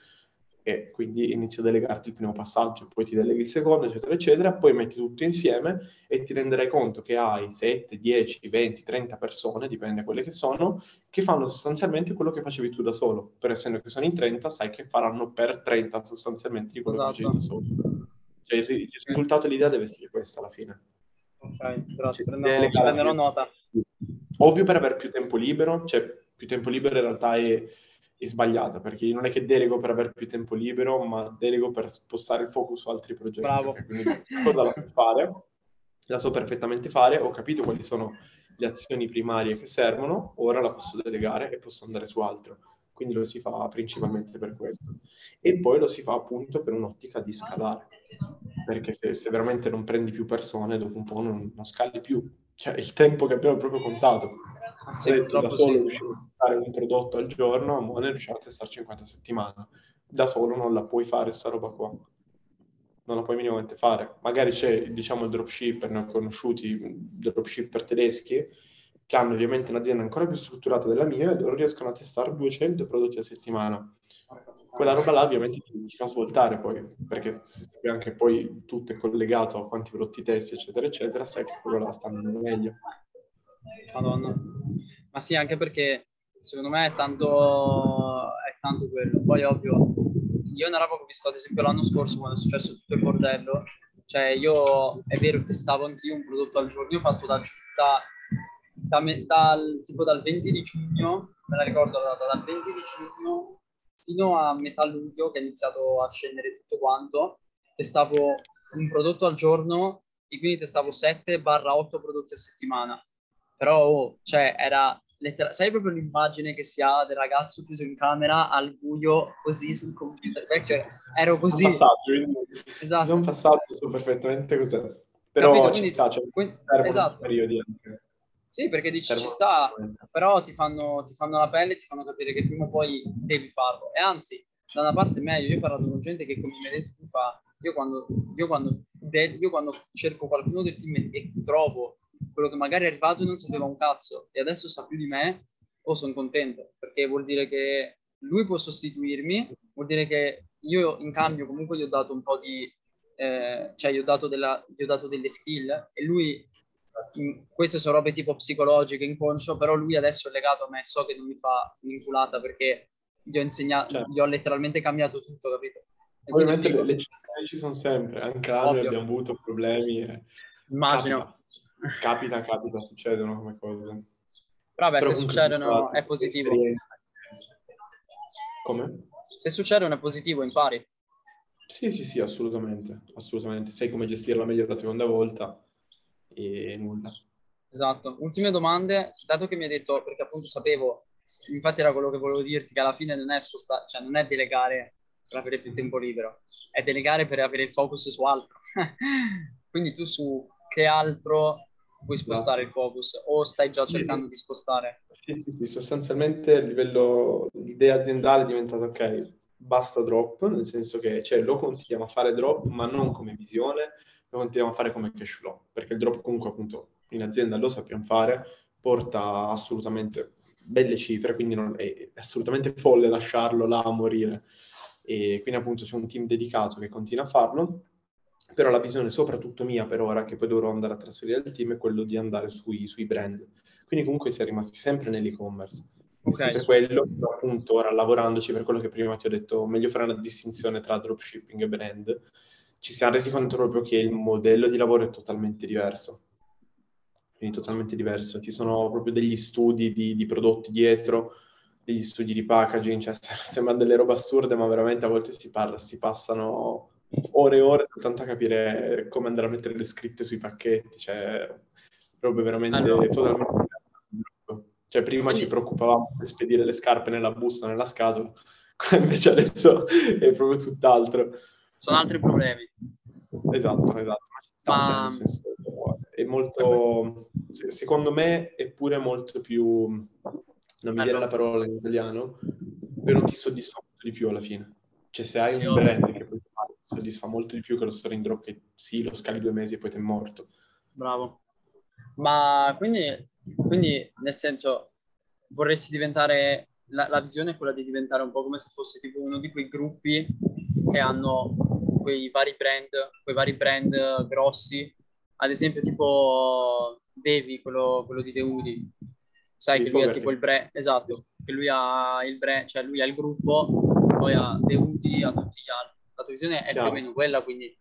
C: E quindi inizi a delegarti il primo passaggio, poi ti deleghi il secondo, eccetera, eccetera. Poi metti tutto insieme e ti renderai conto che hai 7, 10, 20, 30 persone, dipende da quelle che sono, che fanno sostanzialmente quello che facevi tu da solo. Per essendo che sono in 30, sai che faranno per 30 sostanzialmente di quello che facevi
A: Esatto.
C: da solo. Cioè il risultato e l'idea deve essere questa alla fine.
A: Ok, grazie,
C: Cioè, delega alla
A: prenderò
C: fine.
A: nota.
C: Ovvio per avere più tempo libero, cioè più tempo libero in realtà è sbagliata, perché non è che delego per avere più tempo libero, ma delego per spostare il focus su altri progetti,
A: Bravo.
C: ok? Quindi questa cosa la so fare, la so perfettamente fare, ho capito quali sono le azioni primarie che servono, ora la posso delegare e posso andare su altro. Quindi lo si fa principalmente per questo. E poi lo si fa appunto per un'ottica di scalare, perché se veramente non prendi più persone, dopo un po' non scali più. Cioè, il tempo che abbiamo proprio contato.
A: Ah,
C: Ho
A: sì,
C: detto, da
A: purtroppo
C: solo
A: sì.
C: riuscivo a testare un prodotto al giorno, ma ne riusciamo a testare 50 settimane. Da solo non la puoi fare sta roba qua. Non la puoi minimamente fare. Magari c'è, diciamo, il dropshipper, ne ho conosciuti dropshipper tedeschi, che hanno ovviamente un'azienda ancora più strutturata della mia e loro riescono a testare 200 prodotti a settimana. Quella roba là ovviamente ti fa svoltare poi, perché se sappi anche poi tutto è collegato a quanti prodotti testi, eccetera, eccetera, sai che quello là sta andando meglio.
A: Madonna. Ma sì, anche perché secondo me è tanto quello. Poi ovvio, io è una roba che ho visto ad esempio l'anno scorso quando è successo tutto il bordello. Cioè io, è vero, testavo anch'io un prodotto al giorno, io ho fatto tipo dal 20 di giugno, me la ricordo la data, dal 20 di giugno fino a metà luglio che è iniziato a scendere tutto quanto, testavo un prodotto al giorno e quindi testavo 7-8 prodotti a settimana. Però, cioè, era sai proprio l'immagine che si ha del ragazzo chiuso in camera al buio così sul computer vecchio, ero così.
C: Ci sono passati, so perfettamente cos'è. Però
A: capito?
C: ci
A: Quindi,
C: sta, cioè, servono
A: esatto.
C: questi periodi anche.
A: Sì, perché dici ci
C: Servono
A: sta,
C: assolutamente.
A: però ti fanno la pelle e ti fanno capire che prima o poi devi farlo. E anzi, da una parte è meglio. Io ho parlato con gente che, come mi hai detto tu fa, io quando cerco qualcuno del team e trovo quello che magari è arrivato e non sapeva un cazzo e adesso sa più di me, o sono contento, perché vuol dire che lui può sostituirmi, vuol dire che io in cambio comunque gli ho dato un po' di cioè gli ho dato delle skill e lui queste sono robe tipo psicologiche, inconscio, però lui adesso è legato a me, so che non mi fa un'inculata perché gli ho insegnato,
C: Certo.
A: gli ho letteralmente cambiato tutto, capito? E
C: Ovviamente
A: quindi
C: le eccezioni ci sono sempre, anche noi
A: ovvio,
C: abbiamo avuto problemi.
A: immagino.
C: Capita, succedono come cose.
A: Però vabbè,
C: Però
A: se
C: comunque
A: succedono è positivo.
C: Come?
A: Se succedono è positivo, impari.
C: Sì, assolutamente. Sai come gestirla meglio la seconda volta e nulla.
A: Esatto. Ultime domande, dato che mi hai detto, perché appunto sapevo, infatti era quello che volevo dirti, che alla fine non è spostare, cioè non è delegare per avere più tempo libero, è delegare per avere il focus su altro. Quindi tu su che altro vuoi spostare il focus o stai già cercando di spostare?
C: Sì, sostanzialmente a livello l'idea aziendale è diventata ok, basta drop, nel senso che cioè, lo continuiamo a fare drop, ma non come visione, lo continuiamo a fare come cash flow, perché il drop comunque appunto in azienda lo sappiamo fare, porta assolutamente belle cifre, quindi è assolutamente folle lasciarlo là a morire. E quindi appunto c'è un team dedicato che continua a farlo, però la visione soprattutto mia per ora, che poi dovrò andare a trasferire al team, è quello di andare sui brand. Quindi comunque si è rimasti sempre nell'e-commerce. È sempre quello, però appunto ora lavorandoci per quello che prima ti ho detto, meglio fare una distinzione tra dropshipping e brand, ci siamo resi conto proprio che il modello di lavoro è totalmente diverso. Quindi totalmente diverso. Ci sono proprio degli studi di prodotti dietro, degli studi di packaging, cioè sembra delle robe assurde, ma veramente a volte si passano ore e ore soltanto a capire come andare a mettere le scritte sui pacchetti, cioè robe veramente totalmente diverse. Cioè prima ci preoccupavamo se spedire le scarpe nella busta, nella scatola, invece adesso è proprio tutt'altro.
A: Sono altri problemi.
C: Esatto, ma cioè, nel senso, è molto, secondo me è pure molto più, non mi viene la parola in italiano, però ti soddisfa molto di più alla fine. Cioè se hai un brand che poi ti soddisfa molto di più che lo store in drop che sì, lo scali 2 mesi e poi ti è morto.
A: Bravo. Ma quindi nel senso vorresti diventare la visione è quella di diventare un po' come se fosse tipo uno di quei gruppi che hanno quei vari brand grossi, ad esempio tipo Devi, quello di Deudi, sai che lui ha tipo il brand, esatto, che lui ha il brand, cioè lui ha il gruppo, poi ha Deudi, ha tutti gli altri. La tua visione è più o meno quella, quindi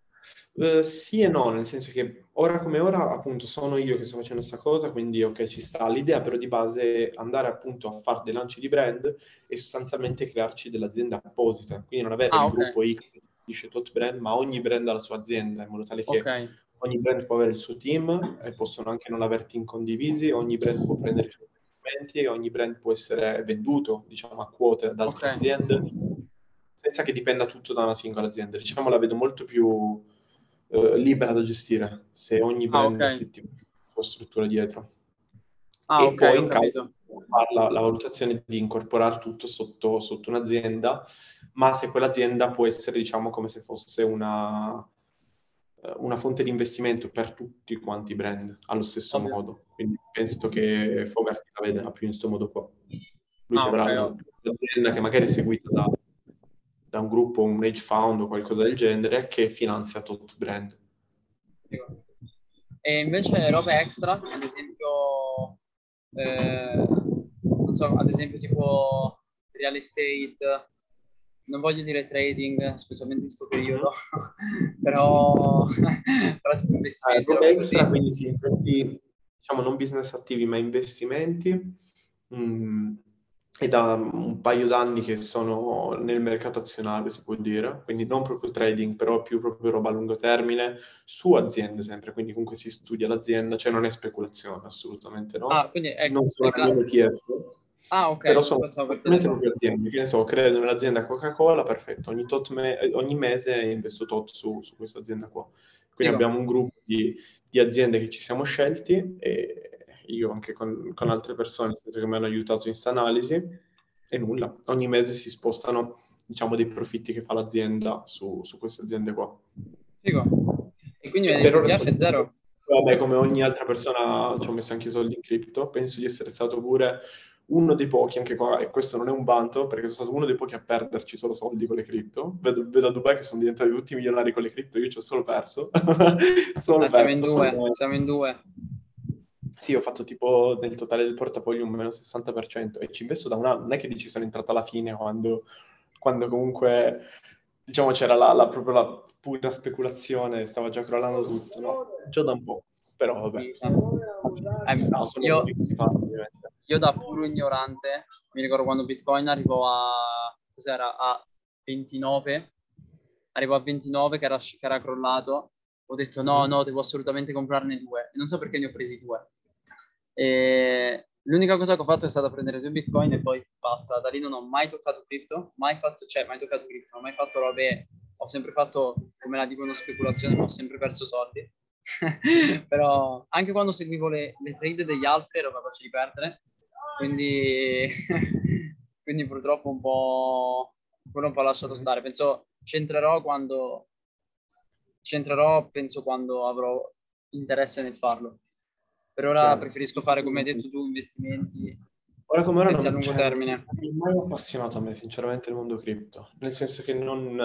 C: sì e no, nel senso che ora come ora appunto sono io che sto facendo questa cosa, quindi ok, ci sta l'idea però di base è andare appunto a fare dei lanci di brand e sostanzialmente crearci dell'azienda apposita, quindi non avere il gruppo X che dice tot brand, ma ogni brand ha la sua azienda, in modo tale che ogni brand può avere il suo team e possono anche non aver team condivisi, ogni brand può prendere i suoi investimenti e ogni brand può essere venduto, diciamo, a quote ad altre aziende, senza che dipenda tutto da una singola azienda. Diciamo la vedo molto più libera da gestire, se ogni brand ha effettivamente la sua struttura dietro. E poi in caso la valutazione di incorporare tutto sotto un'azienda, ma se quell'azienda può essere, diciamo, come se fosse una fonte di investimento per tutti quanti i brand allo stesso modo. Quindi penso che Fogarty la veda più in questo modo qua. Lui ci avrà un'azienda che magari è seguita da un gruppo, un hedge fund o qualcosa del genere che finanzia tot brand.
A: E invece robe extra, ad esempio non so, ad esempio tipo real estate,
D: non voglio dire trading, specialmente in questo periodo, però tipo investimenti,
C: Roba
D: robe così.
C: extra, quindi sì, diciamo non business attivi, ma investimenti. È da un paio d'anni che sono nel mercato azionario, si può dire, quindi non proprio trading, però più proprio roba a lungo termine, su aziende sempre, quindi comunque si studia l'azienda, cioè non è speculazione, assolutamente no.
D: Quindi
C: Non sono nemmeno ETF, però
D: ok,
C: sono
D: pensavo per
C: praticamente
D: chiedere.
C: proprio aziende, che ne so, credo nell'azienda Coca-Cola, perfetto, ogni mese investo tot su questa azienda qua. Quindi
D: Figo.
C: abbiamo un gruppo di aziende che ci siamo scelti e io anche con altre persone che mi hanno aiutato in questa analisi e nulla. Ogni mese si spostano, diciamo, dei profitti che fa l'azienda su queste aziende qua.
D: Figo. E quindi mi hai
C: Per
D: detto
C: ora
D: ETF è zero?
C: vabbè, come ogni altra persona ci ho messo anche i soldi in cripto. Penso di essere stato pure uno dei pochi, anche qua, e questo non è un vanto, perché sono stato uno dei pochi a perderci solo soldi con le cripto. Vedo a Dubai che sono diventati tutti milionari con le cripto, io ci ho solo perso. Solo
D: Siamo in
C: perso.
D: due, siamo in due.
C: Sì, ho fatto tipo nel totale del portafoglio un meno 60% e ci investo da un anno. Non è che dici sono entrato alla fine quando comunque, diciamo, c'era proprio la pura speculazione, stava già crollando tutto, no? Già da un po', però vabbè. No, sono
D: Io,
C: molto fatto, ovviamente.
D: io da puro ignorante, mi ricordo quando Bitcoin arrivò cos'era, a 29, arrivò a 29 che era crollato, ho detto no, devo assolutamente comprarne due, e non so perché ne ho presi due. E l'unica cosa che ho fatto è stata prendere 2 Bitcoin e poi basta, da lì non ho mai toccato cripto, mai toccato cripto, non ho mai fatto robe, ho sempre fatto, come la dicono, speculazione, ma ho sempre perso soldi. Però anche quando seguivo le trade degli altri ero capace di perdere, quindi, quindi purtroppo quello un po' lasciato stare. Penso penso quando avrò interesse nel farlo. Per ora
C: Chiaro.
D: preferisco fare, come hai detto tu, investimenti,
C: Ora come ora
D: pensi a
C: non,
D: lungo
C: cioè,
D: termine.
C: non mi è mai appassionato a me, sinceramente, il mondo cripto. Nel senso che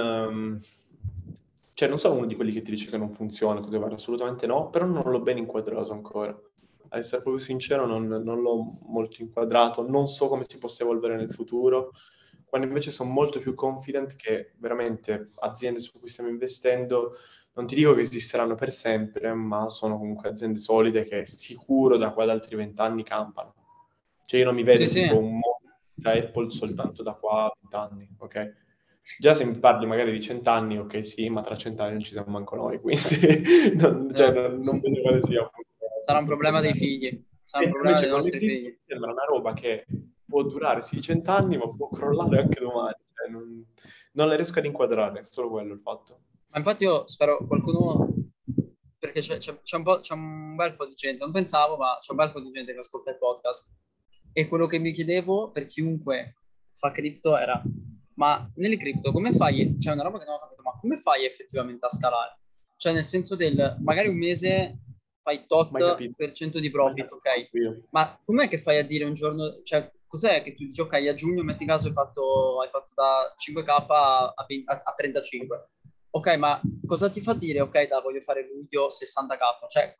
C: cioè, non sono uno di quelli che ti dice che non funziona, cose varie, assolutamente no, però non l'ho ben inquadrato ancora. A essere proprio sincero, non l'ho molto inquadrato, non so come si possa evolvere nel futuro, quando invece sono molto più confident che veramente aziende su cui stiamo investendo, non ti dico che esisteranno per sempre, ma sono comunque aziende solide che sicuro da qua ad altri 20 anni campano. Cioè io non mi vedo
D: Sì.
C: tipo un mondo senza Apple soltanto da qua a 20 anni, ok? Già se mi parli magari di 100 anni, ok sì, ma tra 100 anni non ci siamo manco noi, quindi non vedo quale sia
D: Sarà un
C: appunto il
D: problema dei
C: problema.
D: figli, sarà un
C: Mentre
D: problema
C: invece
D: dei
C: con le
D: nostri
C: cripto
D: figli.
C: sembra una roba che può durare sì 100 anni, ma può crollare anche domani. Cioè, non la riesco ad inquadrare, è solo quello il fatto.
D: Ma infatti io spero qualcuno, perché c'è un bel po' di gente, non pensavo, ma c'è un bel po' di gente che ascolta il podcast. E quello che mi chiedevo per chiunque fa cripto era, ma nelle cripto come fai? C'è una roba che non ho capito, ma come fai effettivamente a scalare? Cioè nel senso magari un mese fai
C: Mai
D: tot
C: capito.
D: per cento di
C: Mai
D: profit,
C: capito
D: ok?
C: io.
D: Ma com'è che fai a dire un giorno, cioè cos'è che tu dici, ok, a giugno metti caso hai fatto da 5k a 35. Ok, ma cosa ti fa dire, ok, voglio fare luglio 60k? Cioè,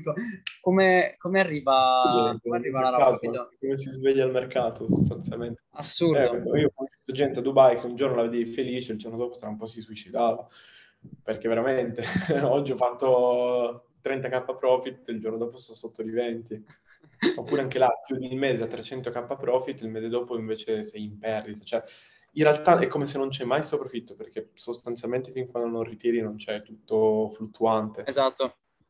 D: come arriva, come
C: Il
D: arriva una roba,
C: mercato,
D: capito?
C: come si sveglia il mercato sostanzialmente.
D: Assurdo.
C: Io ho conosciuto gente a Dubai che un giorno la vedevi felice, il giorno dopo tra un po' si suicidava, perché veramente oggi ho fatto 30k profit, il giorno dopo sto sotto di 20. Oppure anche là, chiudi il mese a 300k profit, il mese dopo invece sei in perdita. Cioè, in realtà è come se non c'è mai sto profitto, perché sostanzialmente fin quando non ritiri non c'è, tutto fluttuante.
D: Esatto.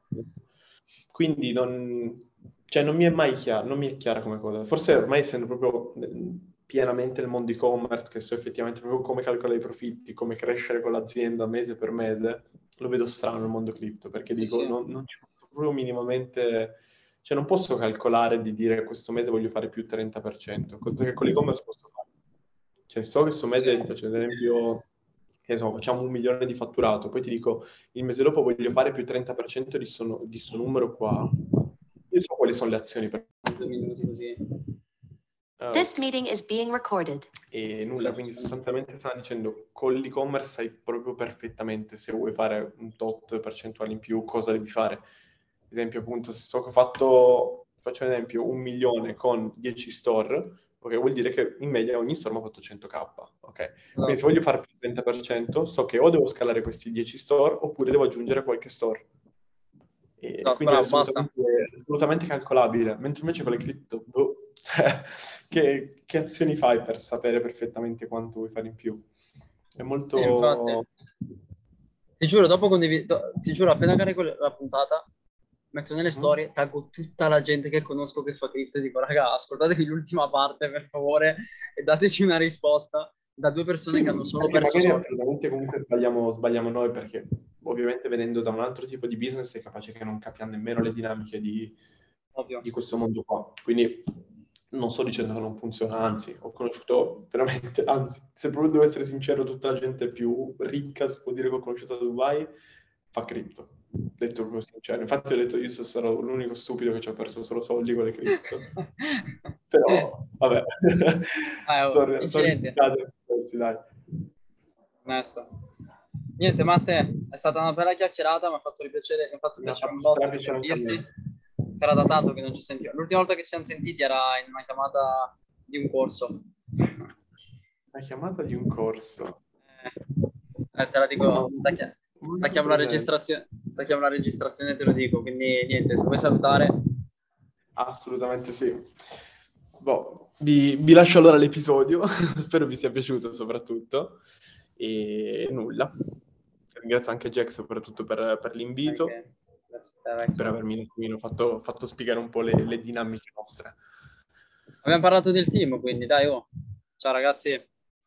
C: Quindi cioè, non mi è mai chiaro, non mi è chiara come cosa. Forse ormai essendo proprio pienamente il mondo e-commerce, che so effettivamente proprio come calcolare i profitti, come crescere con l'azienda mese per mese, lo vedo strano il mondo cripto, perché
D: Sì,
C: dico,
D: sì.
C: non ci posso proprio minimamente, cioè non posso calcolare di dire questo mese voglio fare più 30%, cosa che con l'e-commerce posso fare. Cioè so che questo mese, ti faccio ad esempio, che ne so, facciamo 1 milione di fatturato, poi ti dico il mese dopo voglio fare più 30% di sto numero qua. Io so quali sono le azioni per
D: 2 minuti così.
B: This meeting is being recorded.
C: e nulla, quindi sostanzialmente stava dicendo con l'e-commerce sai proprio perfettamente se vuoi fare un tot percentuale in più cosa devi fare. Ad esempio, appunto, se so che faccio un esempio, 1 milione con 10 store, ok, vuol dire che in media ogni store mi ha fatto 100k, ok? Ok, quindi se voglio fare più del 30%, so che o devo scalare questi 10 store oppure devo aggiungere qualche store. E
D: Esatto,
C: quindi è
D: bravo, basta.
C: assolutamente calcolabile, mentre invece con le cripto, boh, che azioni fai per sapere perfettamente quanto vuoi fare in più? È
D: Sì,
C: molto...
D: infatti. Ti giuro, dopo condivido, ti giuro, appena carico la puntata, metto nelle storie, taggo tutta la gente che conosco che fa cripto e dico, raga, ascoltatevi l'ultima parte, per favore, e dateci una risposta da due persone
C: Sì,
D: che hanno solo
C: perché
D: perso
C: magari
D: soldi.
C: assolutamente comunque sbagliamo noi, perché ovviamente venendo da un altro tipo di business è capace che non capiamo nemmeno le dinamiche
D: Ovvio.
C: di questo mondo qua. Quindi non sto dicendo che non funziona, anzi, ho conosciuto veramente, anzi, se proprio devo essere sincero, tutta la gente più ricca, si può dire che ho conosciuto a Dubai, fa cripto. Detto proprio sincero. Infatti ho detto io sarò l'unico stupido che ci ha perso solo soldi con le cripto. Però, vabbè, sono
D: Incidente.
C: rischiati questi, dai.
D: Onesto. Niente, Matte, è stata una bella chiacchierata, mi ha fatto piacere
C: Mi ha
D: un
C: fatto
D: botto di
C: piacere anche a
D: sentirti.
C: me.
D: Era da tanto che non ci sentivamo. L'ultima volta che ci siamo sentiti era in una chiamata di un corso.
C: La chiamata di un corso.
D: Te la dico,
C: No,
D: stacchiamo la registrazione, te lo dico, quindi niente, se vuoi salutare.
C: assolutamente sì. Boh, vi lascio allora l'episodio, spero vi sia piaciuto soprattutto, e nulla. Ringrazio anche Jack soprattutto per l'invito,
D: Grazie a te,
C: per avermi un attimino fatto spiegare un po' le dinamiche nostre.
D: Abbiamo parlato del team, quindi dai, oh. Ciao ragazzi.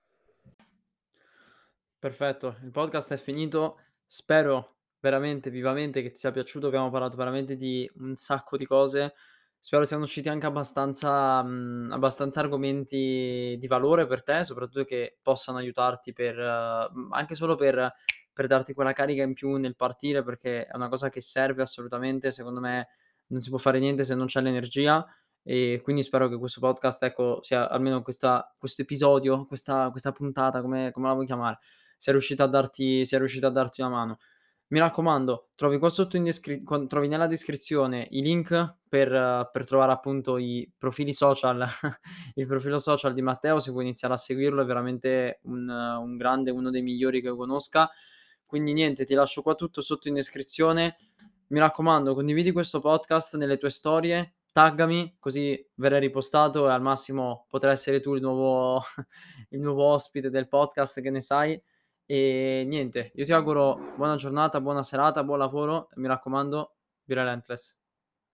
A: Perfetto, il podcast è finito. Spero veramente, vivamente che ti sia piaciuto. Abbiamo parlato veramente di un sacco di cose. Spero siano usciti anche abbastanza argomenti di valore per te, soprattutto che possano aiutarti anche solo per darti quella carica in più nel partire, perché è una cosa che serve assolutamente. Secondo me non si può fare niente se non c'è l'energia. E quindi spero che questo podcast, ecco, sia almeno questo episodio, questa puntata, come la vuoi chiamare, sia riuscita a darti una mano. Mi raccomando, trovi qua sotto trovi nella descrizione i link per trovare appunto i profili social, il profilo social di Matteo, se vuoi iniziare a seguirlo, è veramente un grande, uno dei migliori che conosca. Quindi niente, ti lascio qua tutto sotto in descrizione. Mi raccomando, condividi questo podcast nelle tue storie, taggami, così verrai ripostato e al massimo potrai essere tu il nuovo ospite del podcast, che ne sai. E niente, io ti auguro buona giornata, buona serata, buon lavoro e mi raccomando, be relentless.